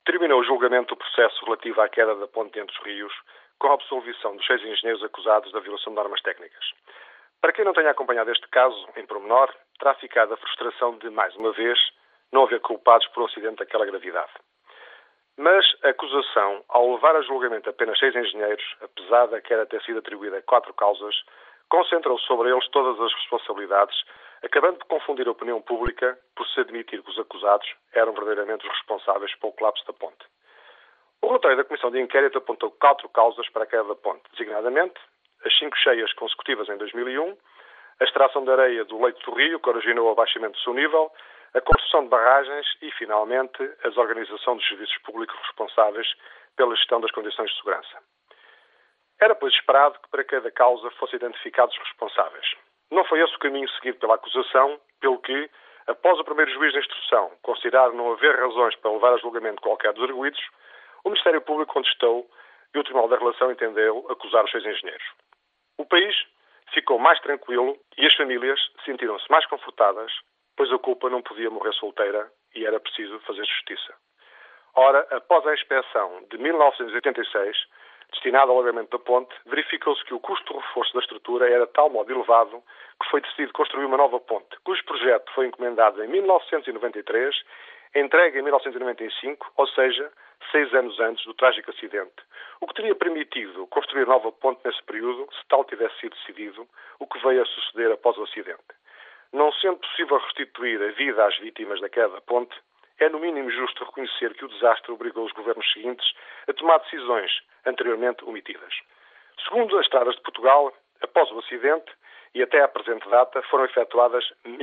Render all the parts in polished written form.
terminou o julgamento do processo relativo à queda da ponte entre os rios, com a absolvição dos 6 engenheiros acusados da violação de normas técnicas. Para quem não tenha acompanhado este caso, em pormenor, terá ficado a frustração de, mais uma vez, não haver culpados por um acidente daquela gravidade. Mas a acusação, ao levar a julgamento apenas 6 engenheiros, apesar da queda ter sido atribuída a 4 causas, concentrou sobre eles todas as responsabilidades, acabando por confundir a opinião pública por se admitir que os acusados eram verdadeiramente os responsáveis pelo colapso da ponte. O relatório da Comissão de Inquérito apontou 4 causas para a queda da ponte, designadamente as 5 cheias consecutivas em 2001, a extração de areia do leito do rio, que originou o abaixamento do seu nível, a construção de barragens e, finalmente, a desorganização dos serviços públicos responsáveis pela gestão das condições de segurança. Era, pois, esperado que para cada causa fossem identificados os responsáveis. Não foi esse o caminho seguido pela acusação, pelo que, após o primeiro juiz de instrução considerar não haver razões para levar a julgamento qualquer dos arguidos, o Ministério Público contestou e o Tribunal da Relação entendeu acusar os 6 engenheiros. O país ficou mais tranquilo e as famílias sentiram-se mais confortadas, pois a culpa não podia morrer solteira e era preciso fazer justiça. Ora, após a inspeção de 1986, destinada ao alargamento da ponte, verificou-se que o custo de reforço da estrutura era de tal modo elevado que foi decidido construir uma nova ponte, cujo projeto foi encomendado em 1993, entregue em 1995, ou seja, 6 anos antes do trágico acidente, o que teria permitido construir nova ponte nesse período, se tal tivesse sido decidido, o que veio a suceder após o acidente. Não sendo possível restituir a vida às vítimas da queda da ponte, é no mínimo justo reconhecer que o desastre obrigou os governos seguintes a tomar decisões anteriormente omitidas. Segundo as Estradas de Portugal, após o acidente e até à presente data, foram efetuadas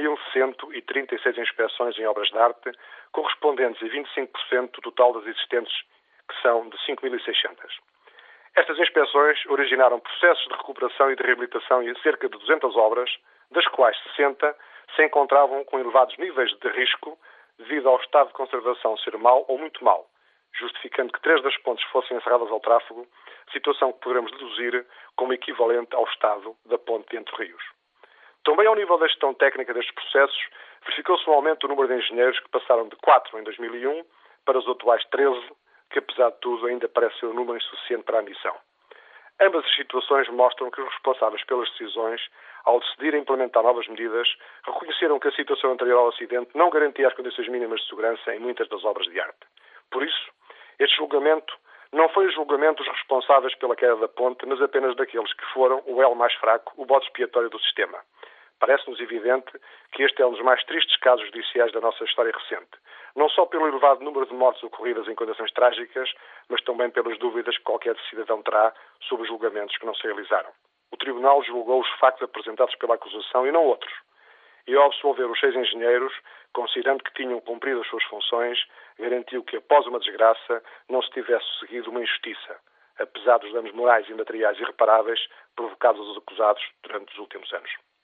1.136 inspeções em obras de arte, correspondentes a 25% do total das existentes, que são de 5.600. Estas inspeções originaram processos de recuperação e de reabilitação em cerca de 200 obras, das quais 60 se encontravam com elevados níveis de risco devido ao estado de conservação ser mau ou muito mau, justificando que 3 das pontes fossem encerradas ao tráfego, situação que poderemos deduzir como equivalente ao estado da ponte entre rios. Também ao nível da gestão técnica destes processos, verificou-se um aumento do número de engenheiros que passaram de 4 em 2001 para os atuais 13, que apesar de tudo ainda parece ser um número insuficiente para a missão. Ambas as situações mostram que os responsáveis pelas decisões, ao decidirem implementar novas medidas, reconheceram que a situação anterior ao acidente não garantia as condições mínimas de segurança em muitas das obras de arte. Por isso, este julgamento não foi o julgamento dos responsáveis pela queda da ponte, mas apenas daqueles que foram o elo mais fraco, o bode expiatório do sistema. Parece-nos evidente que este é um dos mais tristes casos judiciais da nossa história recente, não só pelo elevado número de mortes ocorridas em condições trágicas, mas também pelas dúvidas que qualquer cidadão terá sobre os julgamentos que não se realizaram. O Tribunal julgou os factos apresentados pela acusação e não outros, e ao absolver os 6 engenheiros, considerando que tinham cumprido as suas funções, garantiu que após uma desgraça não se tivesse seguido uma injustiça, apesar dos danos morais e materiais irreparáveis provocados aos acusados durante os últimos anos.